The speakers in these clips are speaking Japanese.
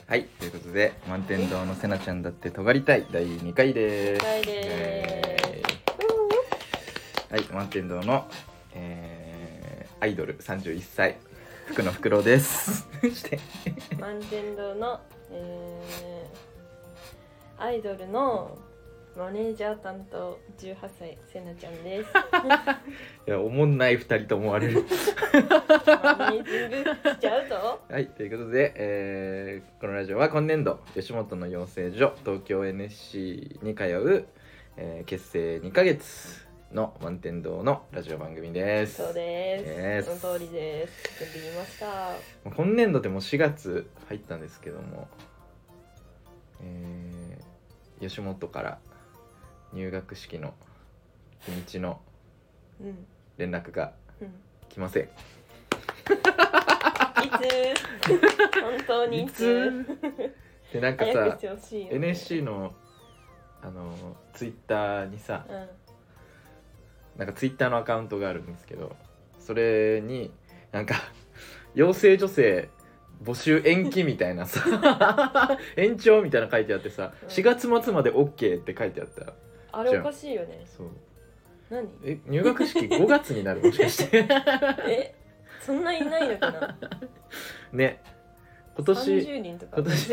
はい、ということで満天堂のせなちゃんだって尖りたい第2回です。はい、満天堂の、アイドル31歳福の袋ですして満天堂の、アイドルのマネージャー担当18歳せなちゃんですいや、おもんない2人と思われるマネージングしちゃうぞ。 はい、ということで、このラジオは今年度吉本の養成所東京 NSC に通う、結成2ヶ月の満天堂のラジオ番組です。 そうです、その通りです。全部言いました。 今年度でも4月入ったんですけども、吉本から入学式の日にちの連絡が来ません、 いつ本当にいつでなんかさ、 早くしてほしいよね。 NSC のツイッターにさ、なんかツイッターのアカウントがあるんですけど、それになんか養成女性募集延期みたいなさ延長みたいな書いてあってさ、4月末まで OK って書いてあった。 あれおかしいよね。 そう、 何？ 入学式5月になるもしかしてそんないないのかなね、今年 30人とか今年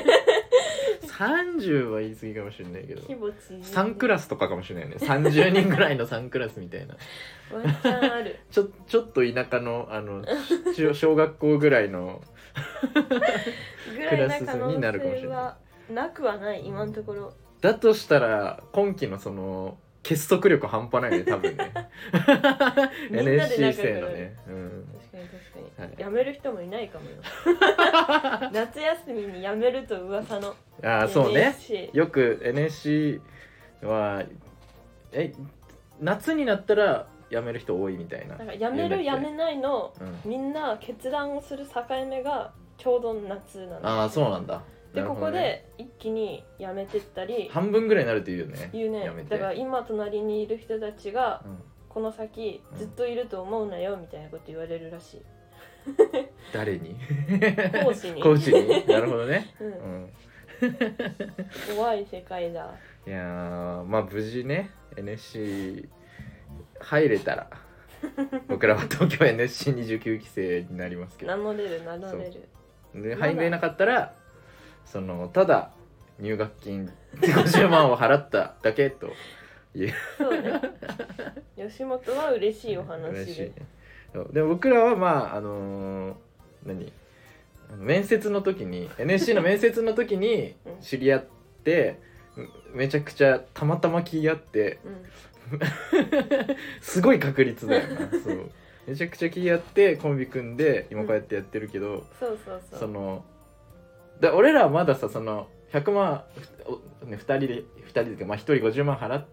30は言い過ぎかもしれないけど、3クラスとかかもしれないね。30人ぐらいの3クラスみたいなワンチャンあるちょっと田舎の小学校ぐらいのクラス数になるかもしれない。 なくはない今のところ。 だとしたら今期のその結束力半端ないね、多分ねみんなで NSC 仲良くなる生のね、 確かに、 はい、 辞める人もいないかもよ夏休みに辞めると噂のあ、そうね、よく NSC は夏になったら辞める人多いみたいな。 なんか辞める辞めないの、みんな決断をする境目がちょうど夏なんだ。 ああ、そうなんだ。 で、ここで一気に辞めてったり、 半分ぐらいになるって言うよね。 言うね。だから今隣にいる人たちが、この先ずっといると思うなよみたいなこと言われるらしい。 誰に？ 講師に。 講師に。なるほどね。 怖い世界だ。 いやー、まあ無事ね NSC 入れたら僕らは東京 NSC29 期生になりますけど、 名乗れる。 で入れなかったらそのただ入学金50万を払っただけというそうね吉本は嬉しいお話嬉しい、ね、でも僕らはまあ面接の時に NSC の面接の時に知り合ってめちゃくちゃたまたま気合って、すごい確率だよなそうめちゃくちゃ気合ってコンビ組んで今こうやってやってるけど、 そうその俺らはまださ、その100万、2人でまあ1人50万払って、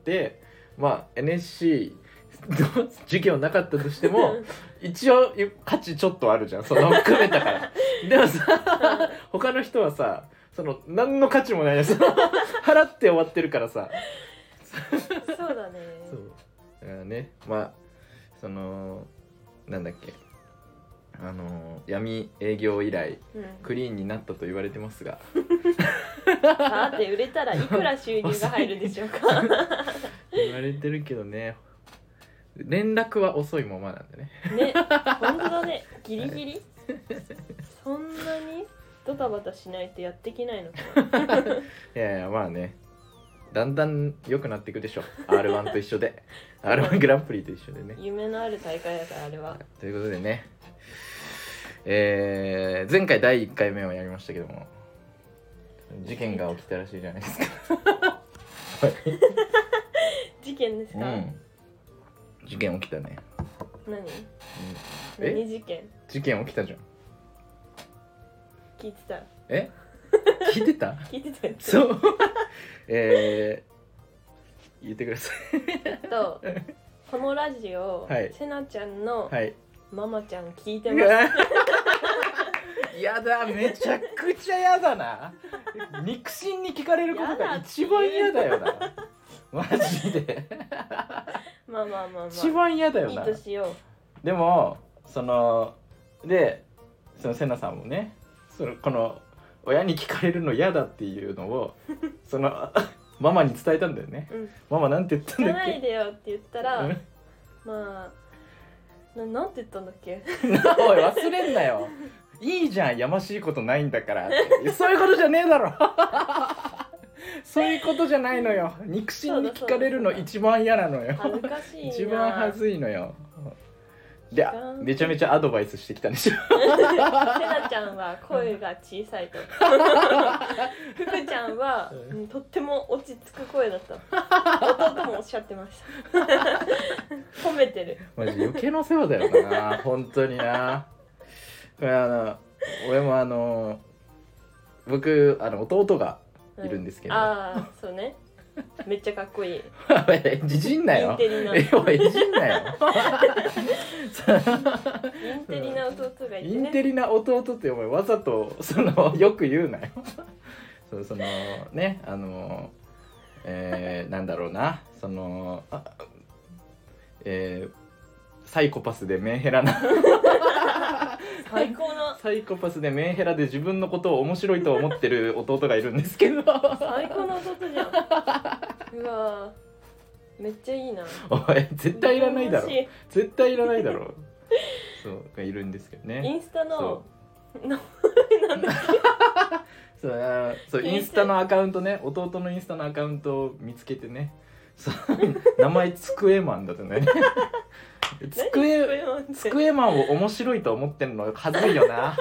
まあ NSC の授業なかったとしても一応価値ちょっとあるじゃん、その含めたからでもさ他の人はさ、その何の価値もないやつ払って終わってるからさそうだね。 そうだからね、まあそのなんだっけ、闇営業以来、クリーンになったと言われてますがだって売れたらいくら収入が入るでしょうか言われてるけどね、連絡は遅いままなんだね。 ね、本当だね、ギリギリそんなにドタバタしないとやってきないのかな。 いやいや、まあね、だんだん良くなっていくでしょ、R1 と一緒でR1 グランプリと一緒でね。 夢のある大会だからあれは。 ということでね、前回第1回目をやりましたけども、事件が起きたらしいじゃないですか事件ですか？ 事件起きたね。 何事件？ 事件起きたじゃん。 聞いてた。 聞いてた？ 聞いてたよ。 そう言ってくださいこのラジオ、せなちゃんのママちゃん聞いてます。 やだ、めちゃくちゃやだな。肉親に聞かれることが一番嫌だよな。マジでまあ一番嫌だよな。 いいとしよう。でもそのせなさんもね、この親に聞かれるの嫌だっていうのをそのママに伝えたんだよね。 うん、 ママなんて言ったん聞かないだっけ。 でよって言ったら、 うんまあなんて言ったんだっけおい忘れんなよ。いいじゃん、やましいことないんだからって。そういうことじゃねえだろ。そういうことじゃないのよ。肉親に聞かれるの一番嫌なのよ。 恥ずかしいな。 一番恥ずいのよ。で、めちゃめちゃアドバイスしてきたんでしょ。 せなちゃんは声が小さいとふくちゃんは、とっても落ち着く声だった弟もおっしゃってました褒めてる。 マジ余計な世話だよな本当にな。これ俺も僕弟がいるんですけど、 ああそうね、めっちゃかっこいい。 じじんなよ。 インテリなおいいじんなよ。 インテリな弟がいてね。 インテリな弟ってお前わざとよく言うなよ。そのねなんだろうなサイコパスでメンヘラな最高なサイコパスでメンヘラで自分のことを面白いと思ってる弟がいるんですけど最高の弟じゃん。うわめっちゃいいな。 おい絶対いらないだろ。 羨ましい。 絶対いらないだろ。そうがいるんですけどね。 インスタのそうインスタのアカウントね、弟のインスタのアカウントを見つけてね、名前つくえマンだとね。つくえマンを面白いと思ってるのはずいよな。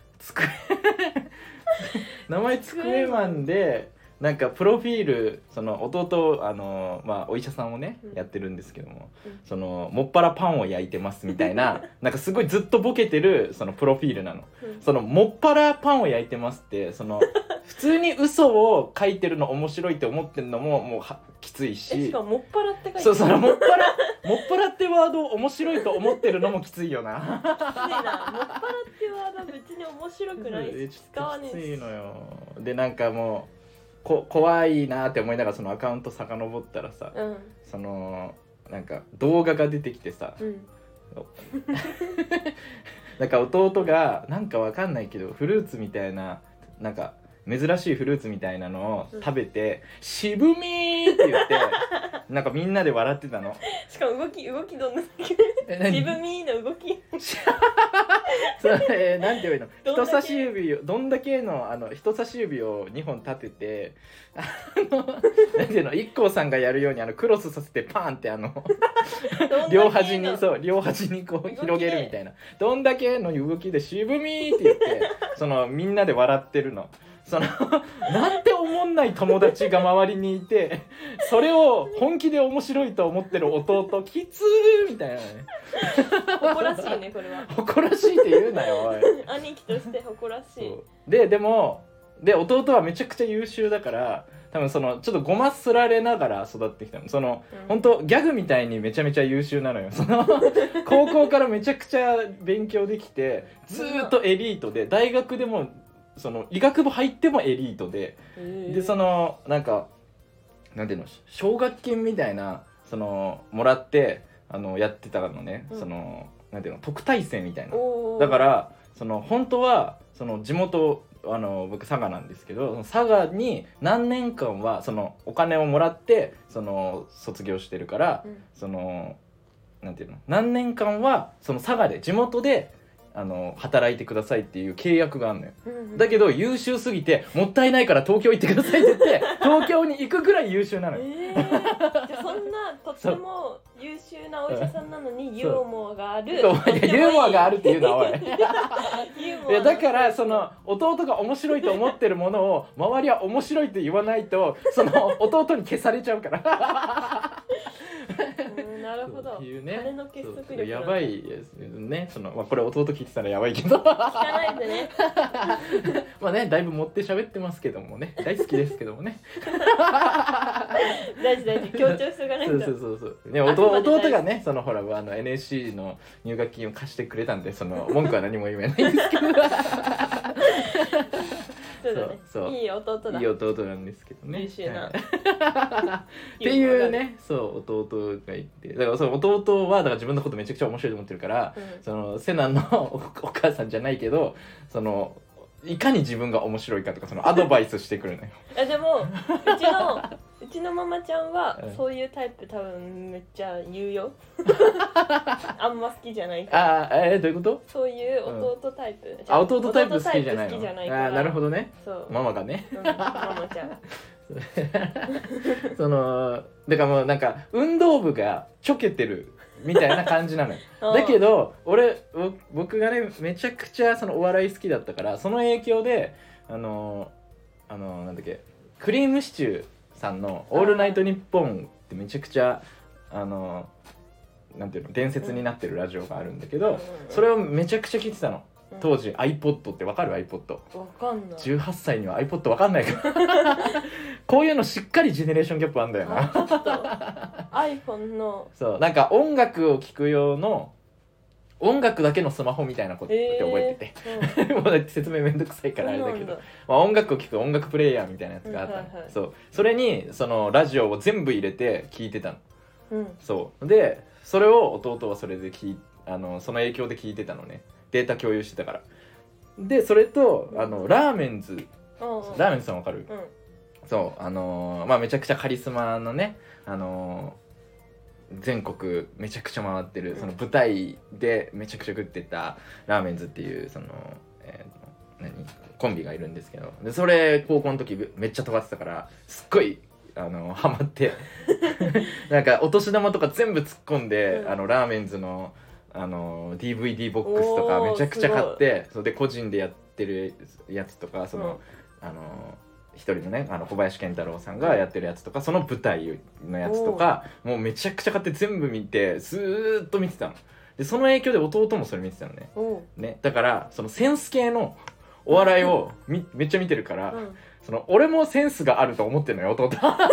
名前つくえマンでなんかプロフィール弟お医者さんをね、やってるんですけども、もっぱらパンを焼いてますみたいななんかすごいずっとボケてるプロフィールなの。もっぱらパンを焼いてますって普通に嘘を書いてるの面白いって思ってるのももうきついし、 しかももっぱらって書いてる。 もっぱらってワードを面白いと思ってるのもきついよな。 きついな。もっぱらってワードは別に面白くないし使わねえし。 きついのよ。でなんかもう怖いなって思いながらアカウント遡ったらさ、なんか動画が出てきてさ、なんか弟がなんかわかんないけどフルーツみたいななんか珍しいフルーツみたいなのを食べて、渋みーって言ってなんかみんなで笑ってたの。 しかも動きどんな渋みの動きなんて言えばいいの、人差し指をどんだけの人差し指を2本立ててなんていうの、IKKOさんがやるようにクロスさせてパーンって両端にこう広げるみたいな、どんだけの動きで渋みって言ってみんなで笑ってるの。なんて思んない友達が周りにいて、それを本気で面白いと思ってる弟きつーみたいなね。 誇らしいねこれは。 誇らしいって言うなよおい。 兄貴として誇らしい。 でも弟はめちゃくちゃ優秀だから、多分ちょっとごますられながら育ってきたの。本当ギャグみたいにめちゃめちゃ優秀なのよ。高校からめちゃくちゃ勉強できて、ずーっとエリートで、大学でも医学部入ってもエリートで、でなんかなんていうの、奨学金みたいなもらってやってたのね、なんていうの、特待生みたいな。だから本当は地元僕佐賀なんですけど、佐賀に何年間はお金をもらって卒業してるから、なんていうの、何年間は佐賀で地元で働いてくださいっていう契約があるのよ。だけど優秀すぎてもったいないから東京行ってくださいって言って東京に行くぐらい優秀なのよ。 じゃあそんなとっても優秀なお医者さんなのにユーモアがある。ユーモアがあるっていうのはおい。いやだから弟が面白いと思ってるものを周りは面白いって言わないと弟に消されちゃうから。 なるほど。金の結束力やばいですね。これ弟聞いてたらやばいけど。 聞かないでね。 まあね、だいぶ持って喋ってますけどもね、大好きですけどもね。 大事強調しておかないと。 そうね、弟がねほらNSC の入学金を貸してくれたんで文句は何も言えないんですけど。 そうだね。いい弟だ。 いい弟なんですけどね。 優秀な。 っていうね、そう弟がいて、だから弟はだから自分のことめちゃくちゃ面白いと思ってるから、セナのお母さんじゃないけどいかに自分が面白いかとかそのアドバイスしてくるのよ。 でもうちのママちゃんはそういうタイプ多分めっちゃ言うよあんま好きじゃないから。 どういうこと？ そういう弟タイプ、 弟タイプ好きじゃないの？なるほどね。 そうママがね、 ママちゃんそのだからもうなんか運動部がちょけてるみたいな感じなのよだけど僕がねめちゃくちゃそのお笑い好きだったからその影響でなんだっけクリームシチューさんの「オールナイトニッポン」ってめちゃくちゃなんていうの伝説になってるラジオがあるんだけど、それをめちゃくちゃ聞いてたの。当時 iPod ってわかる？ iPod わかんない。 18歳には iPod わかんないからこういうのしっかりジェネレーションギャップあんだよな。 ちょっと iPhone のそうなんか音楽を聴く用の音楽だけのスマホみたいなことって覚えてて、もうだって説明めんどくさいからあれだけど、まあ、音楽を聴く音楽プレイヤーみたいなやつがあったの、そうそれにそのラジオを全部入れて聴いてたの、そうでそれを弟はそれでその影響で聴いてたのね。データ共有してたから。でそれとラーメンズさんわかる？そうまあめちゃくちゃカリスマのね全国めちゃくちゃ回ってるその舞台でめちゃくちゃ食ってたラーメンズっていうそのコンビがいるんですけど、でそれ高校の時めっちゃ飛ばしてたからすっごいハマってなんかお年玉とか全部突っ込んで、ラーメンズのDVD ボックスとかめちゃくちゃ買って、それで個人でやってるやつとかその、一人のね小林賢太郎さんがやってるやつとかその舞台のやつとかもうめちゃくちゃ買って全部見てずーっと見てたの。でその影響で弟もそれ見てたのね。だからそのセンス系のお笑いをめっちゃ見てるから、その俺もセンスがあると思ってるのよ弟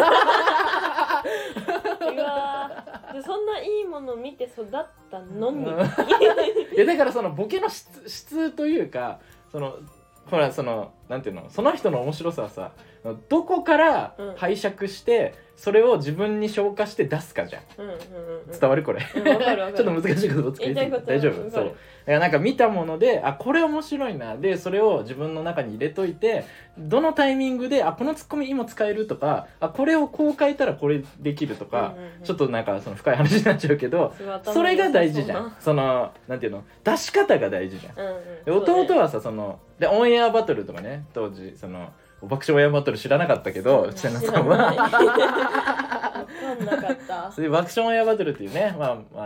でそんないいもの見て育ったのにいやだからそのボケの質というかそのほらそのなんていうのその人の面白さはさどこから拝借してそれを自分に消化して出すかじゃん、伝わるこれちょっと難しいことを作りすぎて大丈夫？そうだからなんか見たものでこれ面白いなでそれを自分の中に入れといてどのタイミングでこのツッコミ今使えるとかこれをこう変えたらこれできるとか、ちょっとなんかその深い話になっちゃうけどそれが大事じゃん。そのなんていうの出し方が大事じゃん、で弟はさそのでオンエアバトルとかね当時その爆笑オンエアバトル知らなかったけど千奈さんは分かんなかったそういう爆笑オンエアバトルっていうね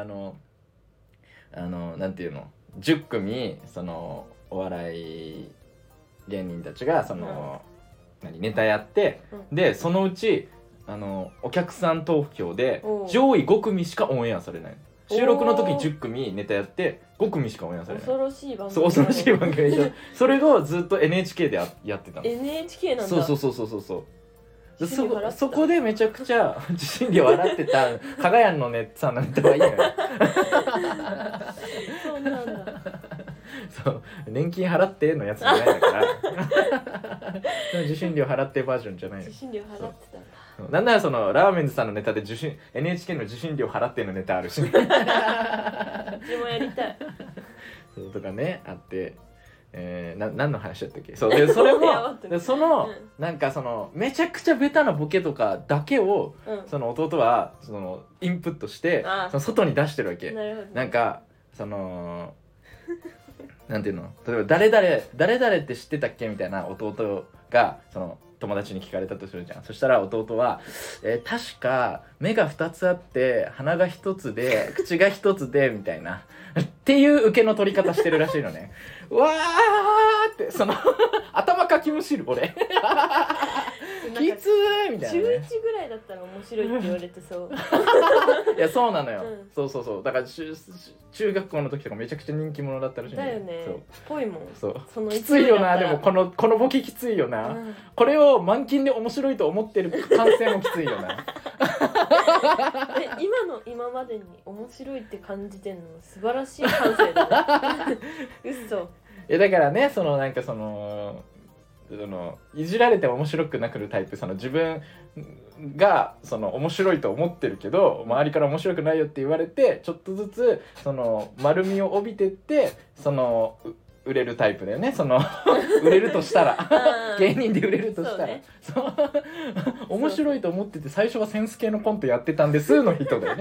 なんていうの10組そのお笑い芸人たちがその、ネタやって、でそのうちお客さん投票で上位5組しかオンエアされない。収録の時10組ネタやって5組しかオンエアされない。 恐ろしい番組。 そう恐ろしい番組でしょそれをずっと NHK でやってたの。 NHK なんだ。 そうそこでめちゃくちゃ受信料払ってたかがやんのねさんなんてはいいのよそうなんだそう年金払ってのやつじゃないだから受信料払ってバージョンじゃないの。 受信料払ってたんだ。 なんならそのラーメンズさんのネタでNHK の受信料払ってのネタあるし、ね、 うちもやりたいそうとかねあって、何の話だったっけ。そうでそれもでその、なんかそのめちゃくちゃベタなボケとかだけを、その弟はそのインプットしてその外に出してるわけ。なんかそのなんていうの例えば誰々って知ってたっけみたいな弟がその友達に聞かれたとするじゃん。そしたら弟は、確か目が2つあって鼻が1つで口が1つでみたいなっていう受けの取り方してるらしいのね。うわーってその頭かきむしる俺きつーみたいな、ね、 中1ぐらいだったら面白いって言われてそういやそうなのよ、そうだから中学校の時とかめちゃくちゃ人気者だったらしいんだよね。そうぽいもん。 そうきついよな。でもこのボケきついよな、これを満勤で面白いと思ってる感性もきついよな今までに面白いって感じてんの素晴らしい感性だね嘘。 だからねそのなんかそのいじられて面白くなくるタイプ、その自分がその面白いと思ってるけど周りから面白くないよって言われてちょっとずつその丸みを帯びてってその売れるタイプだよね。その売れるとしたら芸人で売れるとしたらそう、面白いと思ってて最初はセンス系のコントやってたんですの人だよね。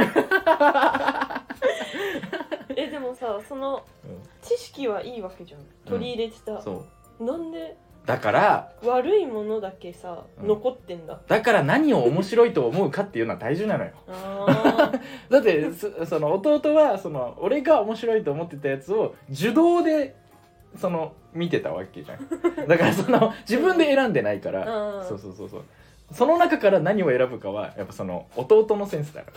でもさ、その知識はいいわけじゃん、取り入れてた、 そうなんでだから悪いものだけさ、残ってんだ。 だから何を面白いと思うかっていうのは大事なのよ。だってその弟はその俺が面白いと思ってたやつを受動でその見てたわけじゃん。だからその自分で選んでないから、そうその中から何を選ぶかはやっぱその弟のセンスだから。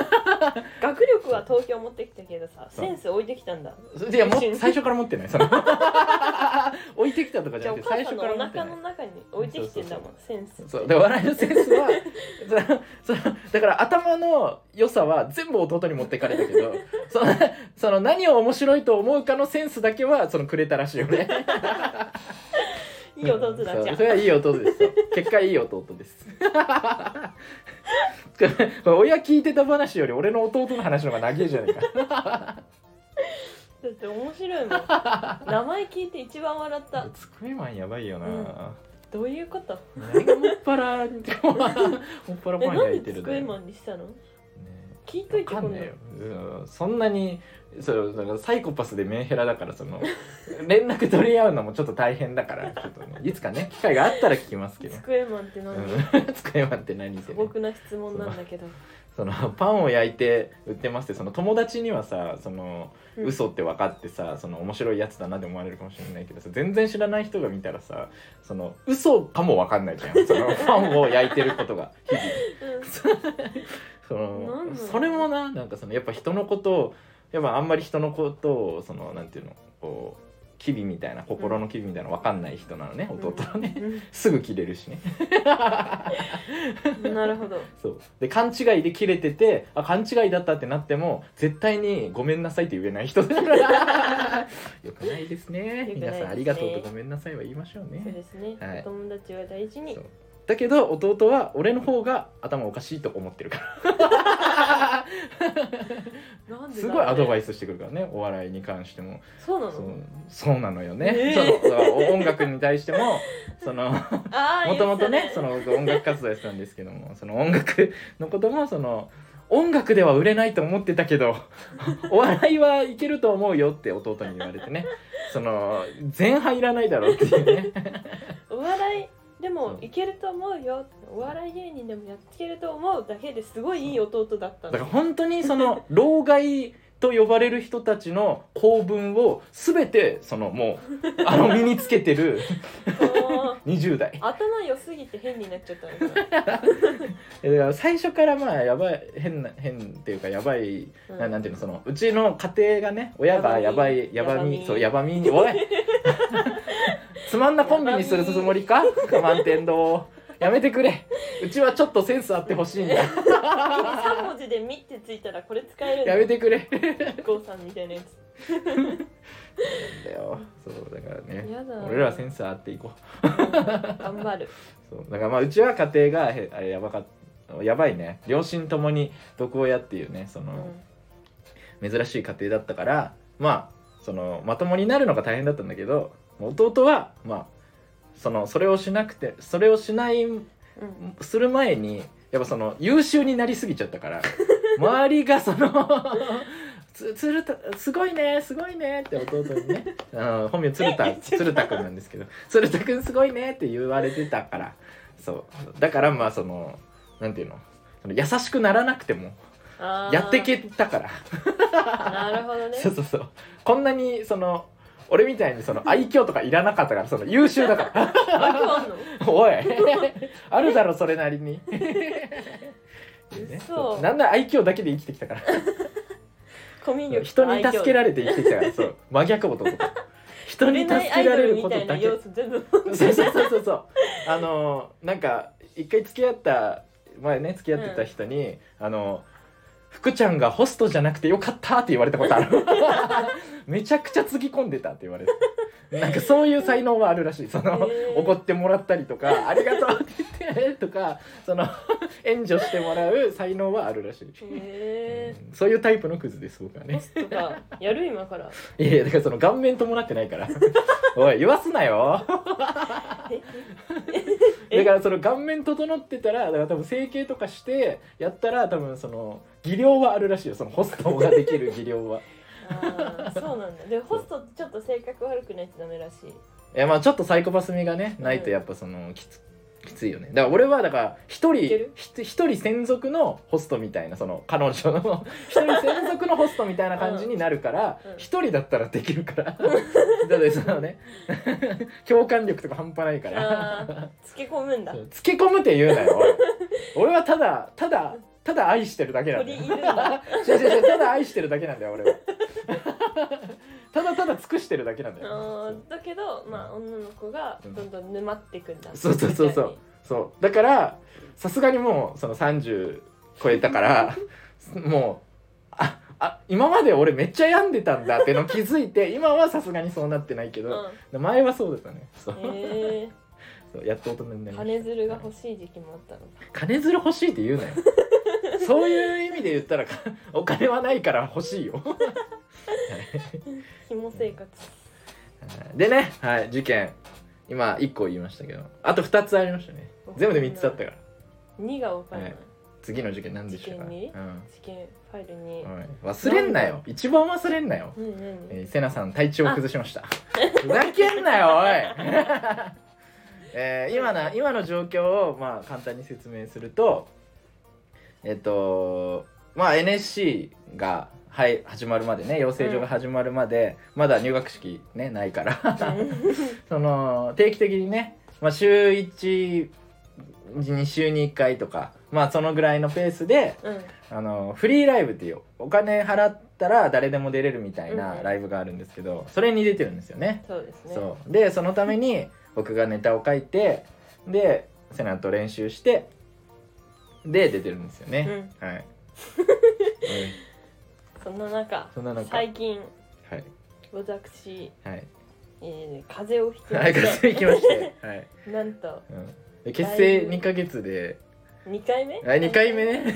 学力は東京持ってきたけどさ、センス置いてきたんだ。 いや、最初から持ってない。その置いてきたとかじゃなくて最初から持ってない。 お腹の中に置いてきてんだもん、センス。 そうで笑いのセンスはだから頭の良さは全部弟に持ってかれたけど、その何を面白いと思うかのセンスだけはそのくれたらしいよね。 いい弟だじゃん。 それはいい弟ですよ。結果いい弟です。親聞いてた話より俺の弟の話の方が長いじゃないか。 だって面白いもん。名前聞いて一番笑った。 つくえマンやばいよな、 どういうこと？ 何がもっぱらパン焼いてるなんでつくえマンにしたの？聞いといてこんなの。そんなにそうだからサイコパスでメンヘラだからその連絡取り合うのもちょっと大変だからちょっとねいつかね機会があったら聞きますけど。 つくえマンって何？ つくえマンって何って、 素朴な質問なんだけど。 そのパンを焼いて売ってますってその友達にはさその嘘って分かってさその面白いやつだなって思われるかもしれないけどさ全然知らない人が見たらさその嘘かも分かんないじゃんそのパンを焼いてることが日々。それもなんかそのやっぱ人のことをやっぱあんまり人のことをそのなんていうのこう機微みたいな心の機微みたいな分かんない人なのね、弟はね、すぐ切れるしね。 なるほど。 そうで勘違いで切れてて勘違いだったってなっても絶対にごめんなさいって言えない人だからよくないですね。皆さんありがとうとごめんなさいは言いましょうね。 そうですね、はい、お友達は大事に。 だけど弟は俺の方が頭おかしいと思ってるからなんでだすごいアドバイスしてくるからねお笑いに関しても。 そうなの？ そうなのよね、その音楽に対してもそのもともとねその音楽活動やってたんですけどもその音楽のこともその音楽では売れないと思ってたけどお笑いはいけると思うよって弟に言われてねその前半いらないだろうっていうねお笑いでもいけると思うよお笑い芸人でもやっていけると思うだけですごいいい弟だったんだから本当にその老害と呼ばれる人たちの構文を全てそのもう身につけてる20代頭良すぎて変になっちゃったのかなだから最初からまあやばい変っていうかやばい、なんていうのそのうちの家庭がね親がやばみそうやばみにおいつまんなコンビにするつもりか満天堂やめてくれうちはちょっとセンスあってほしいんだ 3文字で「み」ってついたらこれ使えるんだやめてくれゴーさんみたいなやつだよそうだからねやだ俺らはセンスあっていこう、頑張るそうだからまあうちは家庭があれやばいね両親ともに毒親っていうねその、珍しい家庭だったからまあそのまともになるのが大変だったんだけど弟はまあそれをしない、する前にやっぱその優秀になりすぎちゃったから周りがその鶴田すごいねすごいねって弟にね本名鶴田くんなんですけど鶴田くんすごいねって言われてたからそうだからまあそのなんていうの優しくならなくてもやってけたからなるほどねそうこんなにその俺みたいにその愛嬌とかいらなかったからその優秀だから愛嬌あんのおいあるだろそれなりにそうなんだ愛嬌だけで生きてきたからコミュ力人に助けられて生きてきたからそう真逆弟人に助けられることだけそうなんか一回付き合った付き合ってた人に、福ちゃんがホストじゃなくてよかったって言われたことあるめちゃくちゃつぎ込んでたって言われてなんかそういう才能があるらしいその怒ってもらったりとかありがとうって言ってとかその援助してもらう才能はあるらしい。そういうタイプのクズです僕はね。 ホストかやる今から。 いやだからその顔面伴ってないからおい言わすなよだからその顔面整ってたらだから多分整形とかしてやったら多分その技量はあるらしいよ、そのホストができる技量は。 ああそうなんだ。でホストってちょっと性格悪くないとダメらしい。 いやまあちょっとサイコパス味がねないとやっぱそのきついよね。だから俺はだから一人専属のホストみたいな、その彼女の一人専属のホストみたいな感じになるから一、人だったらできるからだってそのね共感力とか半端ないからつけ込むんだ。 つけ込むって言うなよ俺はただ愛してるだけなんだよ。違うただ愛してるだけなんだよ俺はただ尽くしてるだけなんだよ。 だけどまあ女の子がどんどん沼ってくんだ。 そうだからさすがにもうその30超えたからもう今まで俺めっちゃ病んでたんだっての気づいて今はさすがにそうなってないけど、前はそうだったね。そうやっと大人になりました。 金づるが欲しい時期もあったの。 金づる欲しいって言うなよそういう意味で言ったらお金はないから欲しいよ紐生活でね、はい、事件今1個言いましたけどあと2つありましたね。全部で3つあったから 2が分からない、 次の事件何でしたか。 事件ファイルに、 忘れんなよ、一番忘れんなよ。セナさん体調を崩しましたふざけんなよおい今の状況をまあ簡単に説明するとまあ NSC が始まるまでね、養成所が始まるまで、まだ入学式ねないからその定期的にね、まあ、週1、2週に1回とかまあそのぐらいのペースで、フリーライブっていうお金払ったら誰でも出れるみたいなライブがあるんですけど、それに出てるんですよね。 そうですね。 でそのために僕がネタを書いてでセナと練習してで出てるんですよね、はいそんな中最近、 はい、 私、 はい風邪をひきまして、風邪ひきまして、はい、 なんと、 結成2ヶ月で 2回目 2回目ね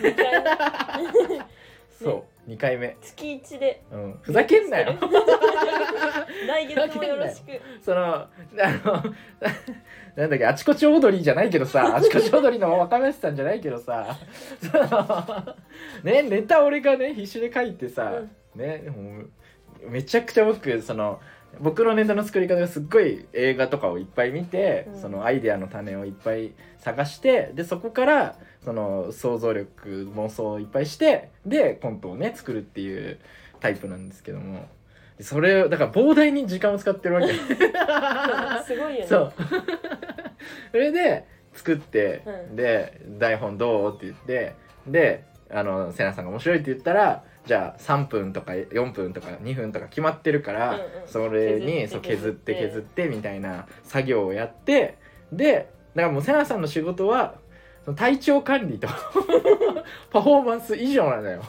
そう2回目月1で、 ふざけんなよ来月もよろしく。 そのなんだっけあちこち踊りじゃないけどさあちこち踊りの若林さんじゃないけどさねネタ俺がね必死で書いてさ、ねもうめちゃくちゃ僕のネタの作り方がすっごい映画とかをいっぱい見て、そのアイデアの種をいっぱい探してでそこからその想像力妄想をいっぱいしてでコントをね作るっていうタイプなんですけども、それをだから膨大に時間を使ってるわけすごいよね。 そうそれで作って、で台本どうって言ってでセナさんが面白いって言ったらじゃあ3分とか4分とか2分とか決まってるから、それに削ってみたいな作業をやってでだからもうセナさんの仕事は体調管理とパフォーマンス以上なんだよ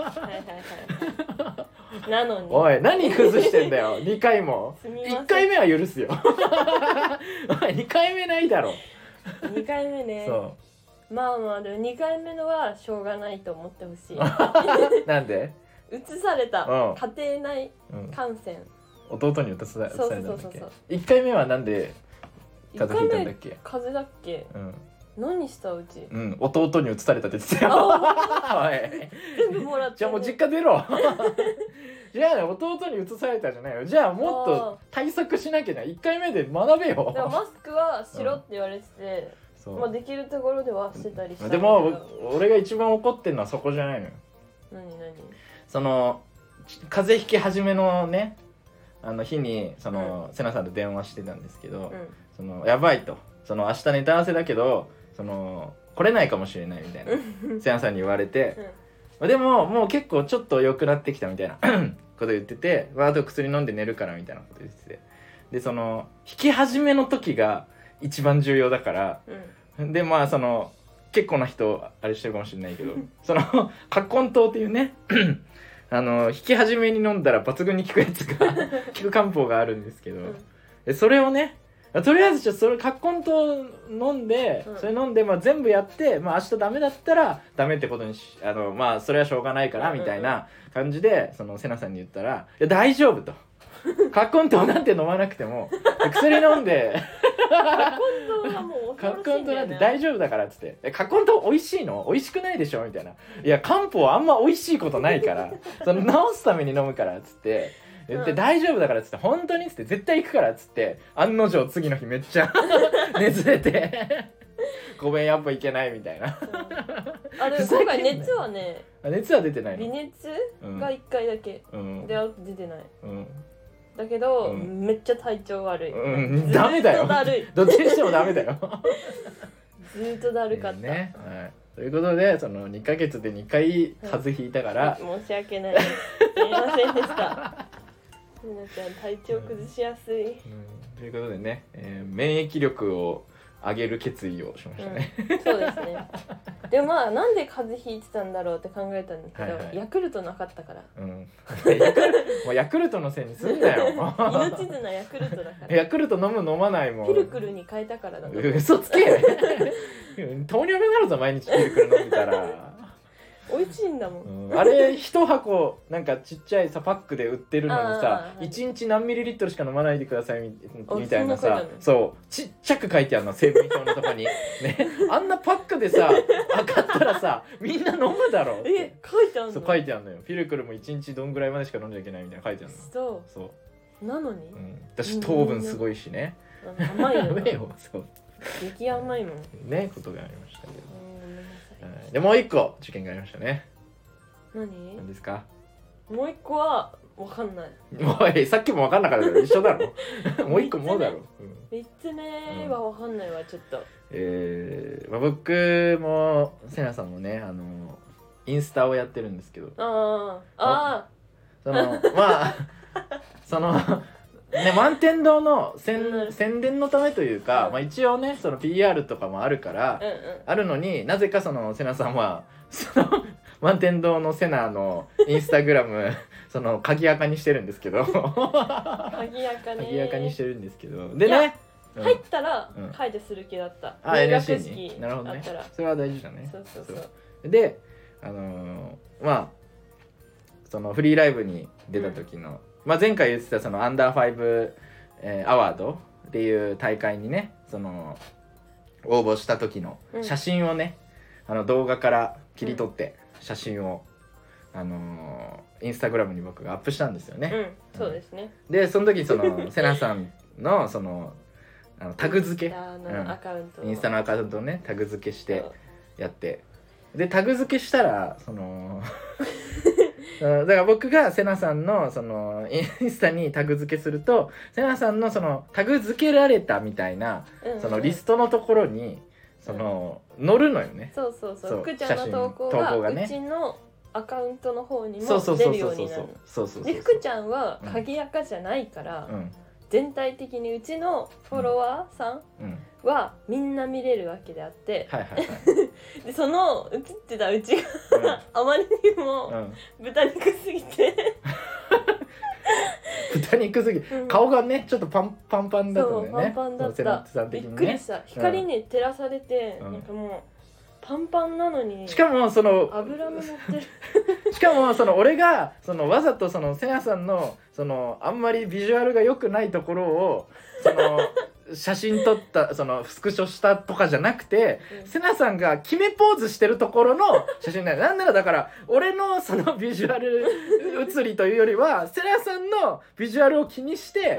なのにおい何崩してんだよ2回も1回目は許すよおい2回目ないだろ 2回目ね。そうまあまあでも2回目のはしょうがないと思ってほしいなんで移された、家庭内感染、 弟に移されたんだっけ。1回目はなんで風邪ひいたんだっけ。 風邪だっけ、何したうち、 弟に移されたって言ってたよ全部もらって、 じゃあもう実家出ろじゃあ弟に移されたじゃないよ。じゃあもっと対策しなきゃな。1回目で学べよ。 でもマスクはしろって言われてて、まあできるところではしてたりしたでも俺が一番怒ってるのはそこじゃないのよ。 何その風邪ひき始めのね日にセナさんと電話してたんですけど、やばいと明日ネタ合わせだけど来れないかもしれないみたいなセナさんに言われて、でももう結構ちょっと良くなってきたみたいなこと言ってて、あと薬飲んで寝るからみたいなこと言ってて、で引き始めの時が一番重要だから、でまあ結構な人あれしてるかもしれないけど葛根湯っていうね引き始めに飲んだら抜群に効くやつが効く漢方があるんですけど、それをねとりあえずそれカッコンと飲んで、それ飲んで、まあ、全部やって、まあ、明日ダメだったらダメってことにまあそれはしょうがないからみたいな感じでそのセナさんに言ったら「いや大丈夫」と「カッコンとなんて飲まなくても薬飲んでカッコンはもうカッコンとなんて丈大丈夫だから」っつって「カッコンと美味しいの？美味しくないでしょ」みたいな「いや漢方あんま美味しいことないからその治すために飲むから」っつって言って大丈夫だからっつって本当にっつって絶対行くからっつって案の定次の日めっちゃ熱出てごめんやっぱ行けないみたいなあでも今回熱はね熱は出てないの微熱が1回だけ、であと出てない、だけど、めっちゃ体調悪い、 ダメだよどっちにしてもダメだよずっとだるかった、 ね、はい、ということでその2ヶ月で2回風邪ひいたから、 申し訳ないですすみませんでした皆ちゃん体調崩しやすい、 ということでね、免疫力を上げる決意をしましたね、 そうですねでもまあなんで風邪ひいてたんだろうって考えたんだけど、ヤクルトなかったから、 もうヤクルトのせいにすんなよ命綱ヤクルトだからヤクルト飲む飲まないもんピルクルに変えたからだと嘘つけ糖尿病になるぞ毎日ピルクル飲んでたら美味しいんだもん、 あれ一箱なんかちっちゃいさパックで売ってるのにさ1日何ミリリットルしか飲まないでくださいみたいなさ、そうちっちゃく書いてあるの成分表のとこにね、あんなパックでさ買ったらさみんな飲むだろ書いてあるの？ そう書いてあるのよ。ピルクルも1日どんぐらいまでしか飲んじゃいけないみたいな書いてあるの。 そうなのに、 私糖分すごいしね甘いよなそう激甘いもんねことがありましたけど、でもう一個事件がありましたね。何ですか？ もう一個は分かんない。 もうさっきも分かんなかったけど一緒だろもう一個もだろ。 3つ目は分かんないわちょっと。 僕もセナさんもねインスタをやってるんですけど、まあそのね、満天堂の宣伝のためというか、まあ、一応ねその PR とかもあるから、あるのになぜかそのセナさんはその満天堂のセナのインスタグラムその鍵垢にしてるんですけど鍵垢にしてるんですけどでね入ったら解除する気だった。 NSC になるほどね。それは大事だね。そうでまあそのフリーライブに出た時の、まあ、前回言ってたそのアンダー5、アワードっていう大会にねその応募した時の写真をね、動画から切り取って写真を、インスタグラムに僕がアップしたんですよね。 そうですね。 でその時そのセナさんのそのタグ付けインスタのアカウントをねタグ付けしてやってでタグ付けしたらそのだから僕がセナさんのそのインスタにタグ付けするとセナさんのそのタグ付けられたみたいなそのリストのところにその載るのよね。 そう福ちゃんの投稿がうちのアカウントの方にも出るようになる。で福ちゃんは鍵垢じゃないから全体的にうちのフォロワーさんはみんな見れるわけであってでその映ってたうちがあまりにも豚肉すぎて豚肉すぎ顔がねちょっとパンパンだったんだよね。 パンパンだったびっくりした。光に照らされてなんかもうパンパンなのにしかもその油も乗ってるしかもその俺がそのわざとそのセナさんのそのあんまりビジュアルが良くないところをその写真撮ったそのスクショしたとかじゃなくて、セナさんが決めポーズしてるところの写真だよ。なんならだから俺のそのビジュアル写りというよりはセナさんのビジュアルを気にして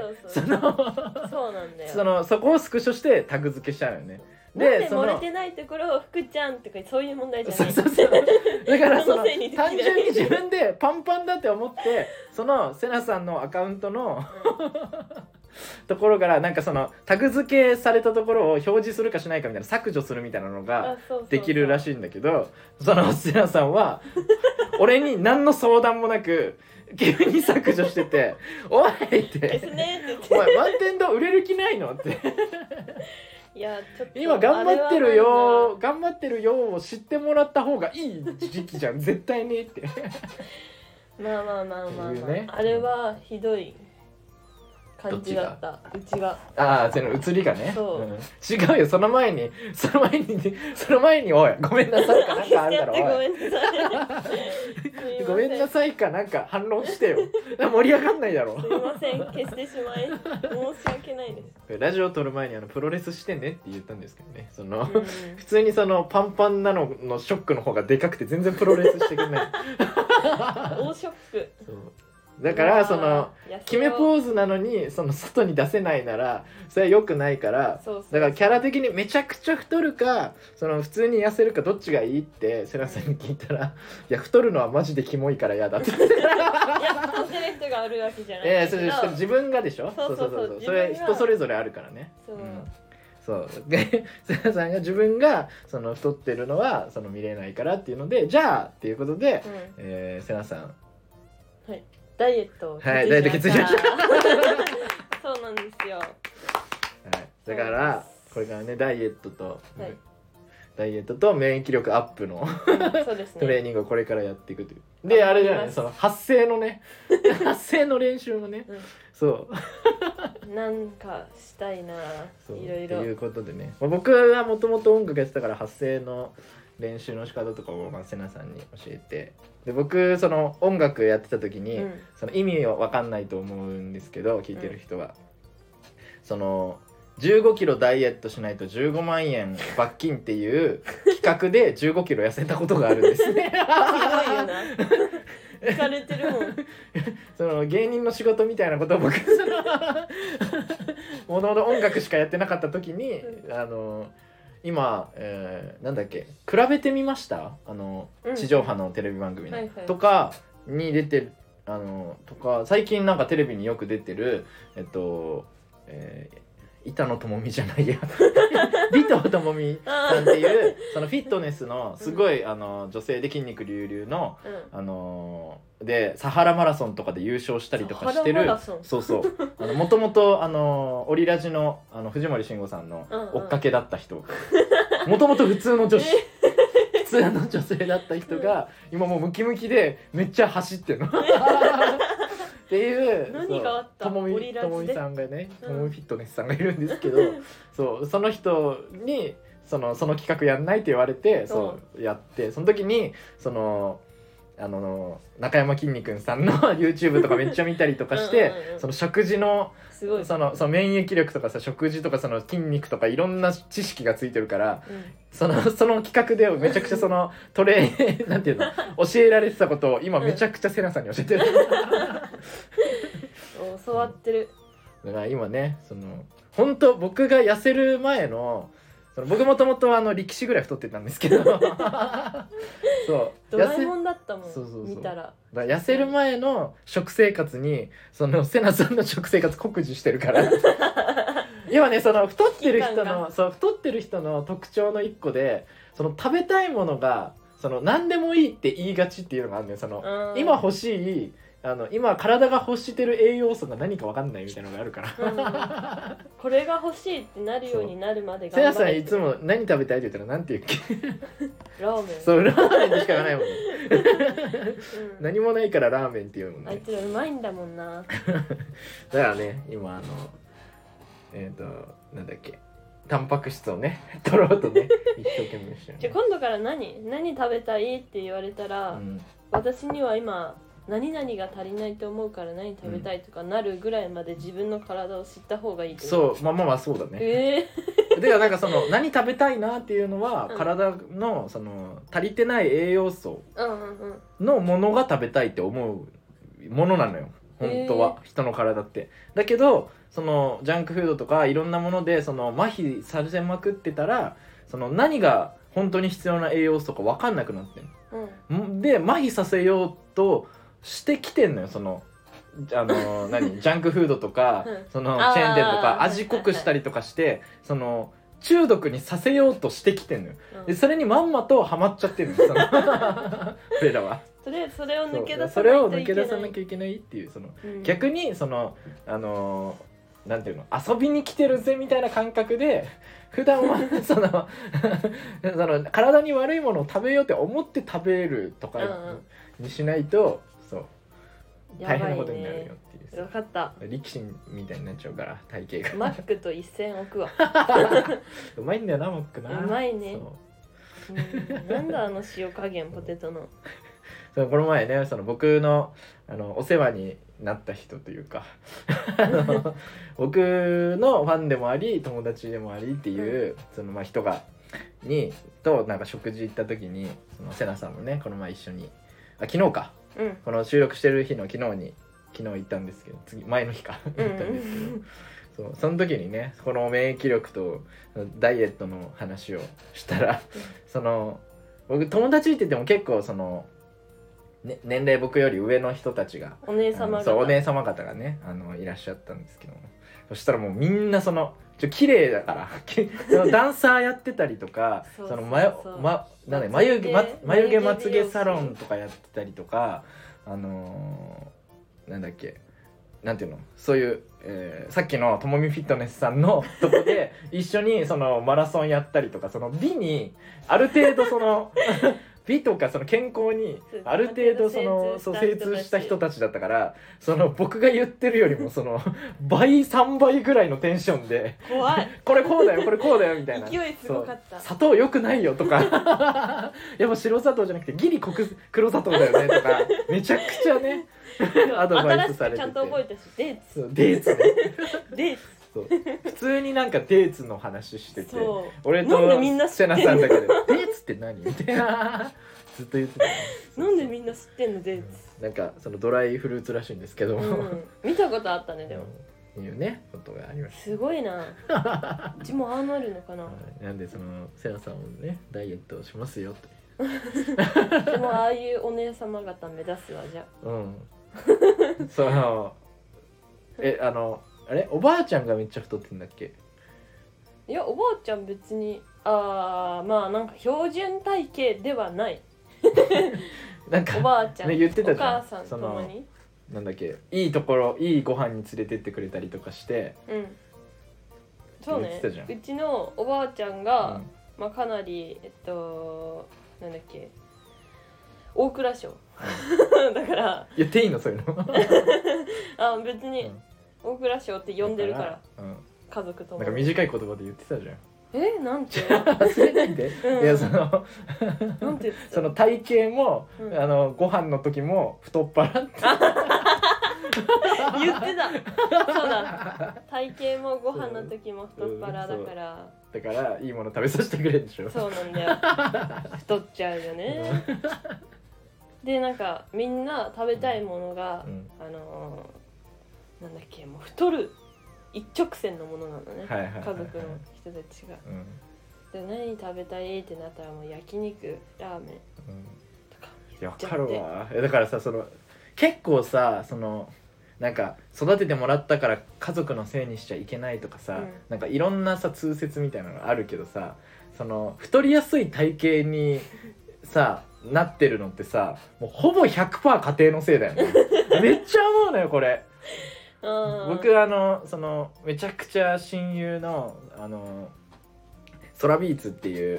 そこをスクショしてタグ付けしちゃうよね。 で漏れてないところを福ちゃんとかそういう問題じゃない。 だからその単純に自分でパンパンだって思ってそのセナさんのアカウントのところからなんかそのタグ付けされたところを表示するかしないかみたいな削除するみたいなのができるらしいんだけど、そのセナさんは俺に何の相談もなく急に削除してて「おい!」って「お前満天堂売れる気ないの?」っていやちょっと今頑張ってるよを知ってもらった方がいい時期じゃん絶対にってまあ、あれはひどい感じだった。うちがああ、その映りがね。 そう、 違うよ、その前においごめんなさいかなんかあるだろ。 ごめんなさいごめんなさいかなんか反論してよ。盛り上がんないだろ。 すいません、消してしまい申し訳ないです。 ラジオ撮る前にプロレスしてねって言ったんですけどね、その、 うん、 普通にそのパンパンなののショックの方がでかくて全然プロレスしてくれない。 大ショック。 そうだからその決めポーズなのにその外に出せないならそれは良くないから、だからキャラ的にめちゃくちゃ太るかその普通に痩せるかどっちがいいってセラさんに聞いたら、いや太るのはマジでキモいから嫌だって言ってた。 いや太ってる人があるわけじゃないけど、 それ自分がでしょ。 そうそれ人それぞれあるからね。そうでセラさんが自分がその太ってるのはその見れないからっていうので、じゃあっていうことで、セラさんダイエットをダイエット決意しました。 そうなんですよ。 だからこれからねダイエットと免疫力アップのそうですね、 トレーニングをこれからやっていくという。であれじゃない、その発声の練習もね、そうなんかしたいな、いろいろ。 ということでね、僕はもともと音楽やってたから発声の練習の仕方とかをセナさんに教えて、で僕その音楽やってた時に、その意味は分かんないと思うんですけど聞いてる人は、その15キロダイエットしないと15万円罰金っていう企画で15キロ痩せたことがあるんですね。 すごいよな。浮かれてるもん。 その芸人の仕事みたいなことを僕もともと音楽しかやってなかった時に、今、なんだっけ、比べてみました、地上波のテレビ番組の、とかに出てるとか、最近なんかテレビによく出てる板野友美じゃないや尾藤友美さんっていうそのフィットネスのすごい女性で筋肉隆々の、でサハラマラソンとかで優勝したりとかしてる、もともとオリラジの藤森慎吾さんの追っかけだった人、もともと普通の女子普通の女性だった人が今もうムキムキでめっちゃ走ってるのっていう。 何があった？ ともみさんがね、ともみフィットネスさんがいるんですけど、その人にその企画やんないって言われて、やって、その時に中山きんに君さんの YouTube とかめっちゃ見たりとかしてその食事のその免疫力とかさ、食事とかその筋肉とかいろんな知識がついてるから、その企画でめちゃくちゃそのなんていうの教えられてたことを今めちゃくちゃセナさんに教えてる。 教わってる。 だから今ね、その本当僕が痩せる前の僕もともと力士ぐらい太ってたんですけどそうドラえもんだったもん。見たら痩せる前の食生活にそのセナさんの食生活酷似してるから今ね、その太ってる人の特徴の一個で、その食べたいものがその何でもいいって言いがちっていうのがあるんだよ。その今欲しい今体が欲してる栄養素が何か分かんないみたいなのがあるから、 これが欲しいってなるようになるまで頑張れて。せやさんいつも何食べたいって言ったら何て言うっけ？ ラーメン。 そう、ラーメンでしか言わないもんね、何もないからラーメンって言うもんね。 あいつらうまいんだもんな。 だからね、今なんだっけ、タンパク質をね取ろうとね一生懸命してる。 じゃあ今度から何食べたいって言われたら、私には今何々が足りないと思うから何食べたいとかなるぐらいまで自分の体を知った方がいい。 そう、まあそうだね。ではなんかその何食べたいなっていうのは、体のその足りてない栄養素のものが食べたいって思うものなのよ本当は、人の体って。だけどそのジャンクフードとかいろんなものでその麻痺させまくってたら、その何が本当に必要な栄養素か分かんなくなってんの、で麻痺させようとしてきてんのよ。そのジャンクフードとかそのチェーン店とか味濃くしたりとかしてその中毒にさせようとしてきてんのよ、でそれにまんまとハマっちゃってるのその俺らはそれを抜け出さなきゃいけないっていう、その、逆にそのなんていうの、遊びに来てるぜみたいな感覚で普段はその体に悪いものを食べようって思って食べるとかにしないと、そう大変なことになるよっていう。 分かった。 力士みたいになっちゃうから体型がマックと一線置くわ。 うまいんだよなマックな。 うまいね。 そうなんだあの塩加減ポテトの。 そうこの前ねその僕のお世話になった人というか僕のファンでもあり友達でもありっていう、そのまあ人がとなんか食事行った時にそのセナさんもねこの前一緒に昨日か、この収録してる日の昨日行ったんですけど前の日か行ったんですけど、その時にねこの免疫力とダイエットの話をしたらその僕友達って言っても結構その年齢僕より上の人たちがお姉様方そうお姉様方がねいらっしゃったんですけども、そしたらもうみんなその綺麗だからそのダンサーやってたりとかその眉毛まつげサロンとかやってたりとかなんだっけなんていうのそういう、さっきのともみフィットネスさんのとこで一緒にそのマラソンやったりとかその美にある程度その美とかその健康にある程度精通した人たちだったからその僕が言ってるよりもその3倍ぐらいのテンションで怖いこれこうだよこれこうだよみたいな勢いすごかった。 砂糖良くないよとかやっぱ白砂糖じゃなくてギリ黒砂糖だよねとかめちゃくちゃねアドバイスされてて新しくちゃんと覚えたしデーツねデーツそう普通になんかデーツの話してて俺とセナさんだけでデーツって何みたいなずっと言ってた、ね、 なんでみんな知ってんのデーツ、 なんかそのドライフルーツらしいんですけども、 見たことあったねでもいうねことがありました。 すごいなうちもああなるのかななんでそのセナさんもねダイエットをしますよとでもああいうお姉様方目指すわじゃそのあれおばあちゃんがめっちゃ太ってんだっけ。 いやおばあちゃん別にまあなんか標準体型ではないなんかおばあちゃん、 ね、言ってたじゃんお母さんともになんだっけいいところいいご飯に連れてってくれたりとかしてそうねうちのおばあちゃんが、まあかなりなんだっけ大蔵省だから言っていいのそういうの別に、大蔵省って呼んでるから、家族ともなんか短い言葉で言ってたじゃん。 なんて忘れないで、いやそのなんて言ってたその体型も、ご飯の時も太っ腹って言ってたそうだ体型もご飯の時も太っ腹だからいいもの食べさせてくれるでしょ。 そうなんだよ太っちゃうよねでなんかみんな食べたいものが、なんだっけもう太る一直線のものなのね、家族の人たちが、で何食べたいってなったらもう焼肉ラーメンとか、 いや分かるわ。だからさその結構さそのなんか育ててもらったから家族のせいにしちゃいけないとかさ、なんかいろんなさ通説みたいなのがあるけどさその太りやすい体型にさなってるのってさもうほぼ 100% 家庭のせいだよねめっちゃ思うのよこれ僕そのめちゃくちゃ親友のソラビーツっていう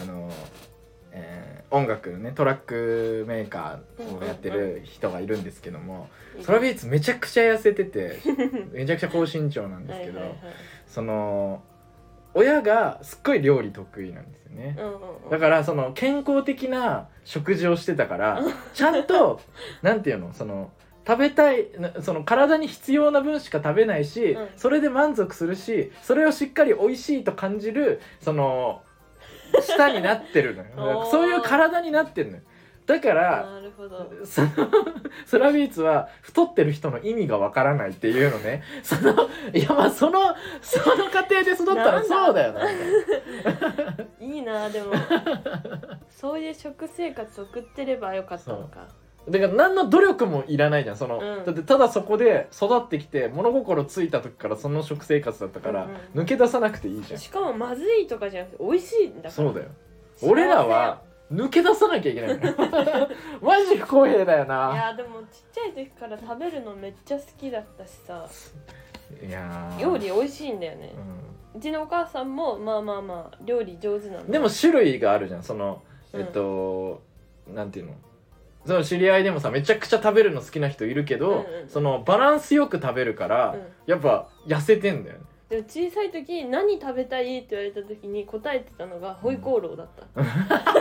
音楽のねトラックメーカーをやってる人がいるんですけども、ソラビーツめちゃくちゃ痩せててめちゃくちゃ高身長なんですけどその親がすっごい料理得意なんですよね、だからその健康的な食事をしてたからちゃんとなんていうのその食べたいその体に必要な分しか食べないし、それで満足するしそれをしっかり美味しいと感じるその舌になってるのよそういう体になってるのよ。だからなるほどソラビーツは太ってる人の意味がわからないっていうのねいやまあその家庭で育ったらそうだよないいなでもそういう食生活送ってればよかったのか。 だから何の努力もいらないじゃんだってただそこで育ってきて物心ついた時からその食生活だったから、抜け出さなくていいじゃん。 しかもまずいとかじゃなくて美味しいんだから。 そうだよ俺らは抜け出さなきゃいけないのマジ不公平だよな。 いやでもちっちゃい時から食べるのめっちゃ好きだったしさ、 いや料理美味しいんだよね、うちのお母さんもまあ料理上手なの。 でも種類があるじゃんそのなんていうのその知り合いでもさめちゃくちゃ食べるの好きな人いるけど、 うんうん、 そのバランスよく食べるから、やっぱ痩せてんだよね。 でも小さい時何食べたいって言われた時に答えてたのがホイコーローだった、ク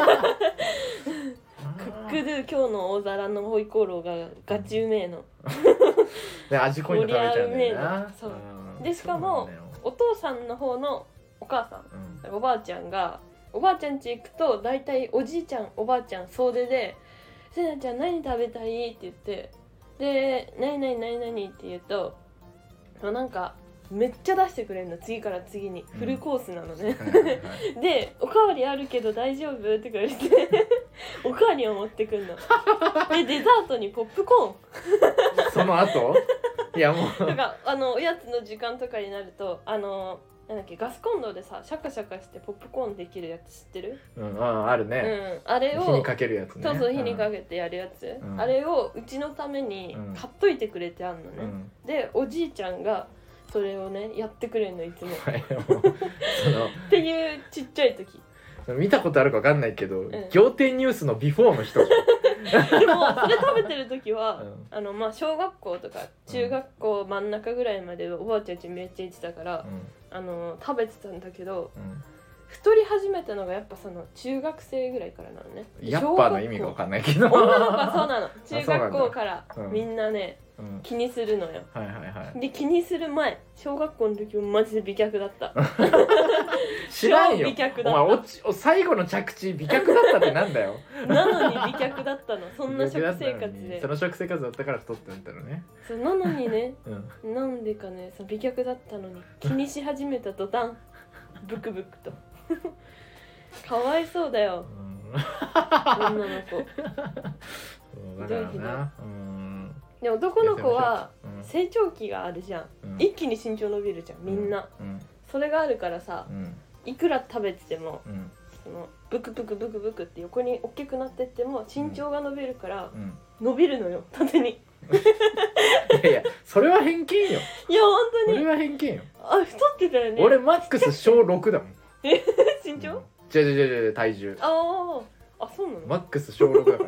ックドゥ今日の大皿のホイコーローがガチうめえので味濃いの食べちゃうんだよな。 そうでしかもお父さんの方のお母さん、おばあちゃんがおばあちゃん家行くと大体おじいちゃんおばあちゃん総出で「せなちゃん何食べたい?」って言ってで「何々何々」って言うとなんかめっちゃ出してくれるの、次から次にフルコースなのね、で「おかわりあるけど大丈夫?」って言われておかわりを持ってくんのでデザートにポップコーンその後いやもうとかおやつの時間とかになるとなんだっけガスコンロでさシャカシャカしてポップコーンできるやつ知ってる？ あるね、 あれを火にかけるやつね。 そうそう火にかけてやるやつ、あれをうちのために買っといてくれてあんのね、でおじいちゃんがそれをねやってくれるのいつもっていうちっちゃい時見たことあるか分かんないけど、仰天ニュースのビフォーの人でもそれ食べてる時は、まあ小学校とか中学校真ん中ぐらいまでおばあちゃんちめっちゃ行ってたから、食べてたんだけど、太り始めたのがやっぱその中学生ぐらいからなのね。 やっぱの意味が分かんないけど女の子はそうなの中学校からみんなね、気にするのよ、で気にする前小学校の時もマジで美脚だった知らんよ美脚だった。 お前最後の着地美脚だったってなんだよなのに美脚だったのそんな食生活でその食生活だったから太ってなったのね。 そうなのにね、なんでかねその美脚だったのに気にし始めた途端ブクブクとかわいそうだよ、女の子だからな。 で男の子は成長期があるじゃん、一気に身長伸びるじゃんみんな、それがあるからさ、いくら食べてても、そのブクブクブクブクって横に大きくなってっても身長が伸びるから、伸びるのよ縦にいやそれは偏見よ。 いや本当にそれは偏見よ。 太ってたよね。 俺マックス小6だもん身長？ 違う体重。 あそうなの？ マックス小6だから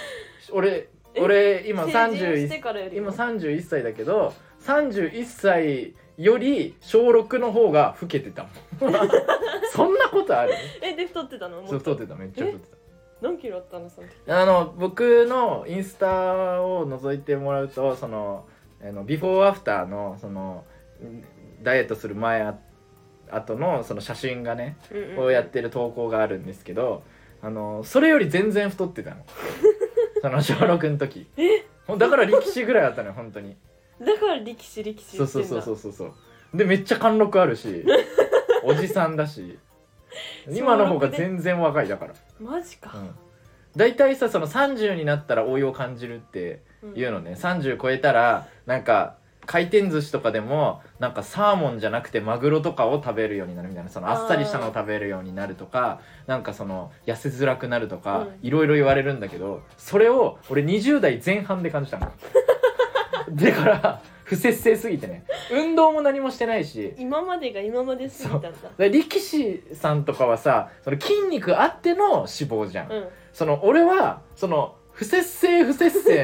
俺今31歳だけど31歳より小6の方が老けてたもんそんなことある？ で太ってたの？ そう太ってた、めっちゃ太ってた。 何キロあったのその時？ 僕のインスタを覗いてもらうとそのビフォーアフターのそのダイエットする前後のその写真がね、をやってる投稿があるんですけど、それより全然太ってたのその小6の時だから力士ぐらいあったのよ本当に。 だから力士言ってんだ。 そうでめっちゃ貫禄あるしおじさんだし今の方が全然若いだから。 マジか。 だいたいさその30になったら老いを感じるっていうのね、30超えたらなんか回転寿司とかでもなんかサーモンじゃなくてマグロとかを食べるようになるみたいな、そのあっさりしたのを食べるようになるとか、なんかその痩せづらくなるとかいろいろ言われるんだけど、それを俺20代前半で感じたのだから不節制すぎてね、運動も何もしてないし、 今までが今まですぎたんだ。 力士さんとかはさその筋肉あっての脂肪じゃん、その俺はその不節制の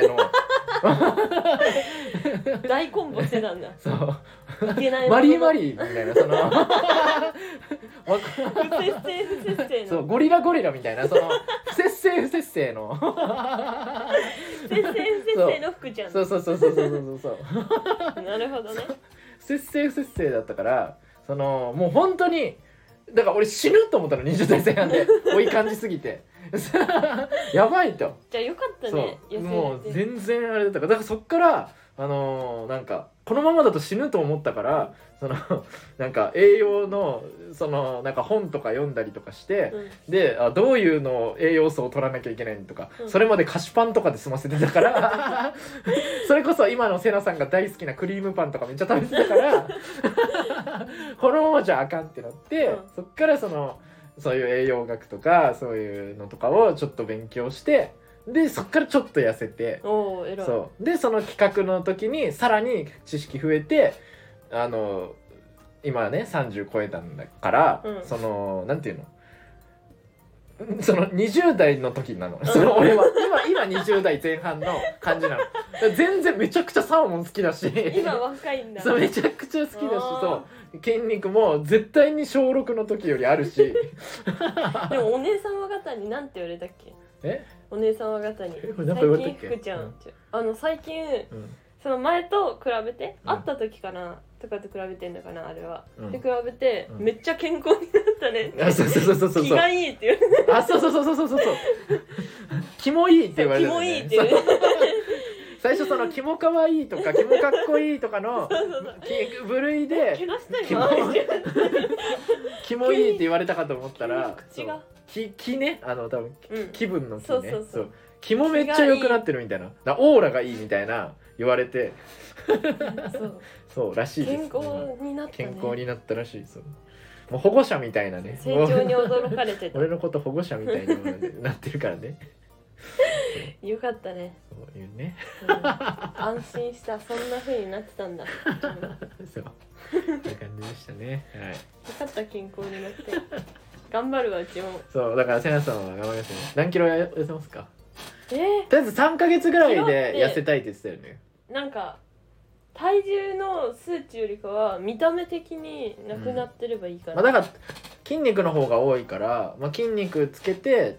大コンボしてたんだ。 そういけないマリーマリーみたいなその不節制のそうゴリラみたいなその不節制の不節制の福ちゃん。 そうなるほどね。 不節制だったからそのもう本当にだから俺死ぬと思ったの20代前半で追い感じすぎてやばいと。 じゃあよかったね。 そうもう全然あれだったから、だからそっからなんかこのままだと死ぬと思ったからそのなんか栄養のそのなんか本とか読んだりとかして、でどういうの栄養素を取らなきゃいけないとか、それまで菓子パンとかで済ませてたからそれこそ今のセナさんが大好きなクリームパンとかめっちゃ食べてたからこのままじゃあかんってなって、そっからそういう栄養学とかそういうのとかをちょっと勉強して、でそっからちょっと痩せて、そうでその企画の時にさらに知識増えて今ね30超えたんだから、そのなんていうのその20代の時なの、その俺は今20代前半の感じなの。全然めちゃくちゃサーモン好きだし今若いんだ。 そうめちゃくちゃ好きだし、そう筋肉も絶対に小6の時よりあるしでもお姉様方になんて言われたっけ？お姉様方になんか言われたっけ？ 最近福ちゃん、最近、その前と比べて、会った時かなとかと比べてんのかなあれは、で比べて、めっちゃ健康になったねって。 そう気がいいって言われて、 そうキモいって言われる、 キモいって言われて最初そのキモかわいいとかキモかっこいいとかの部類でキモいいって言われたかと思ったら、 口が気ね、多分気分の気ね、 そう気もめっちゃ良くなってるみたいな、オーラがいいみたいな言われてそうらしいです。 健康になったね。 健康になったらしい。そうもう保護者みたいなね、 成長に驚かれてた俺のこと保護者みたいなものになってるからねよかったね。 そういうね、 安心した。そんな風になってたんだそうそんな感じでしたね。はい、よかった健康になって頑張るわうちも。 そうだからセナさんは頑張りますね。何キロ痩せますか？ とりあえず3ヶ月ぐらいで痩せたいって言ってたよね。 なんか体重の数値よりかは見た目的になくなってればいいかな、 だから筋肉の方が多いから、筋肉つけて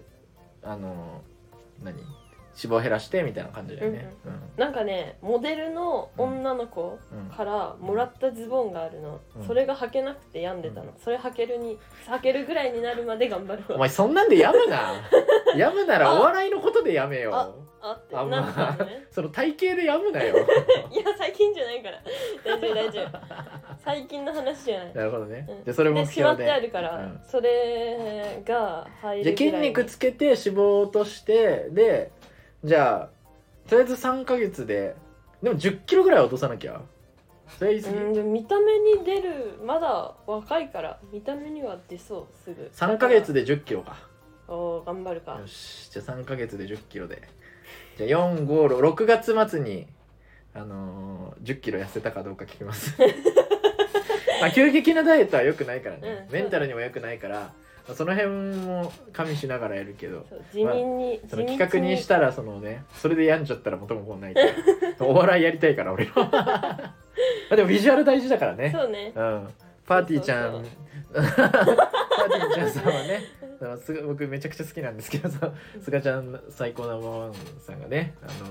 脂肪減らしてみたいな感じだよね。 なんかね、モデルの女の子からもらったズボンがあるの、それが履けなくて病んでたの、それ履けるぐらいになるまで頑張るわ。 お前そんなんで病むな病むならお笑いのことでやめよってなんだろうねその体型で病むなよいや最近じゃないから大丈夫最近の話じゃない。 なるほどね、でそれも目標でしまってあるから、それが入るぐらいに。 じゃあ筋肉つけて脂肪を落としてで、じゃあとりあえず3ヶ月でも10キロぐらい落とさなきゃ。それ言い過ぎ。 でも見た目に出る、まだ若いから見た目には出そうすぐ。 3ヶ月で10キロか。 頑張るか。 よし、じゃあ3ヶ月で10キロで、じゃあ6月末に10キロ痩せたかどうか聞きます急激なダイエットは良くないからね、メンタルにも良くないから、その辺も加味しながらやるけど、 地味に、 その企画にしたらそれで病んじゃったら元も子もないからお笑いやりたいから俺はでもビジュアル大事だからね。 そうね、 パーティーちゃんパーティーちゃんさんはね僕めちゃくちゃ好きなんですけどさ、すがちゃん最高ナンバーワンさんがね、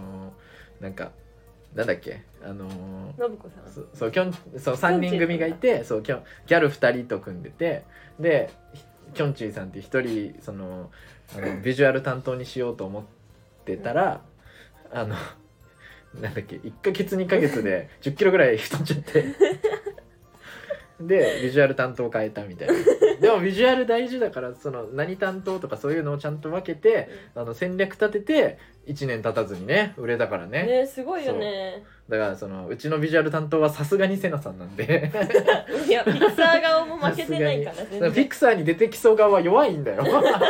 なんだっけ信子さん、 そう3人組がいて、そうギャル2人と組んでて、できょんちぃさんって1人ビジュアル担当にしようと思ってたら、なんだっけ1ヶ月2ヶ月で10キロぐらい太っちゃってでビジュアル担当変えたみたいな。でもビジュアル大事だから、何担当とかそういうのをちゃんと分けて、戦略立てて1年経たずにね売れたからね。 ね、すごいよね。 だからうちのビジュアル担当はさすがにセナさんなんでいやピクサー側も負けてないから全然。 ピクサーに出てきそう側は弱いんだよ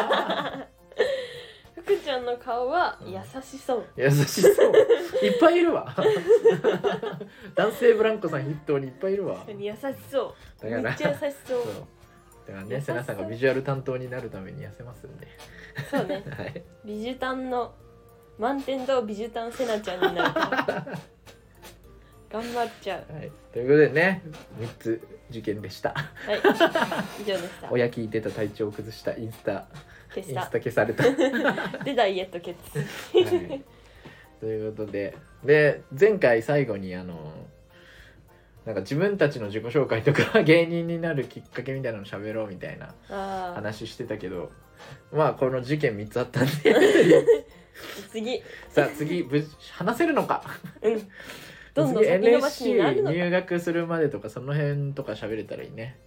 福ちゃんの顔は優しそう、 優しそういっぱいいるわ男性ブランコさん筆頭にいっぱいいるわ。 優しそう、めっちゃ優しそうだからね、セナさんがビジュアル担当になるために痩せますんで。 そうね、はい、ビジュタンの満天堂ビジュタンセナちゃんになるから頑張っちゃう、 はい、ということでね、3つ受験でした。 はい以上でした。 親聞いてた体調を崩したインスタ消されたでダイエット決はい、ということで前回最後になんか自分たちの自己紹介とか芸人になるきっかけみたいなの喋ろうみたいな話してたけど、この事件3つあったんで次話せるのかどんどん先延ばしになるのか。 NSC 入学するまでとかその辺とか喋れたらいいね。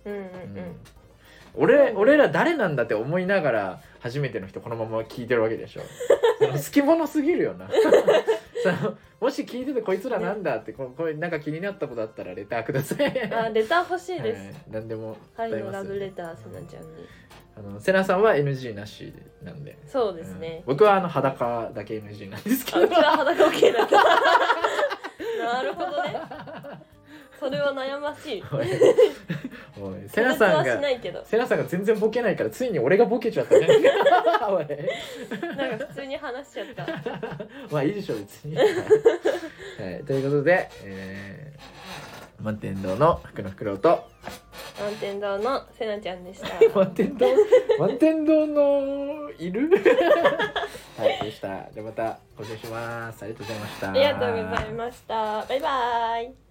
俺ら誰なんだって思いながら初めての人このまま聞いてるわけでしょ好き者すぎるよなもし聞いててこいつらなんだってこれなんか気になったことあったらレターくださいレター欲しいです、 何でもはいのラブレターセナちゃんに。 セナさんは NG なしなんで。 そうですね、 僕は裸だけ NG なんですけど。 うちは裸 OK だったなるほどね、 それは悩ましい。 おいセナさんはしながいけど、 セナさんが全然ボケないからついに俺がボケちゃったねおいなんか普通に話しちゃった。 まあいいでしょ別に、はい、ということで、満天堂の福の袋と満天堂のせなちゃんでした。 満天堂のいるはいでした。じゃあまた更新します。ありがとうございました。 ありがとうございました。バイバイ。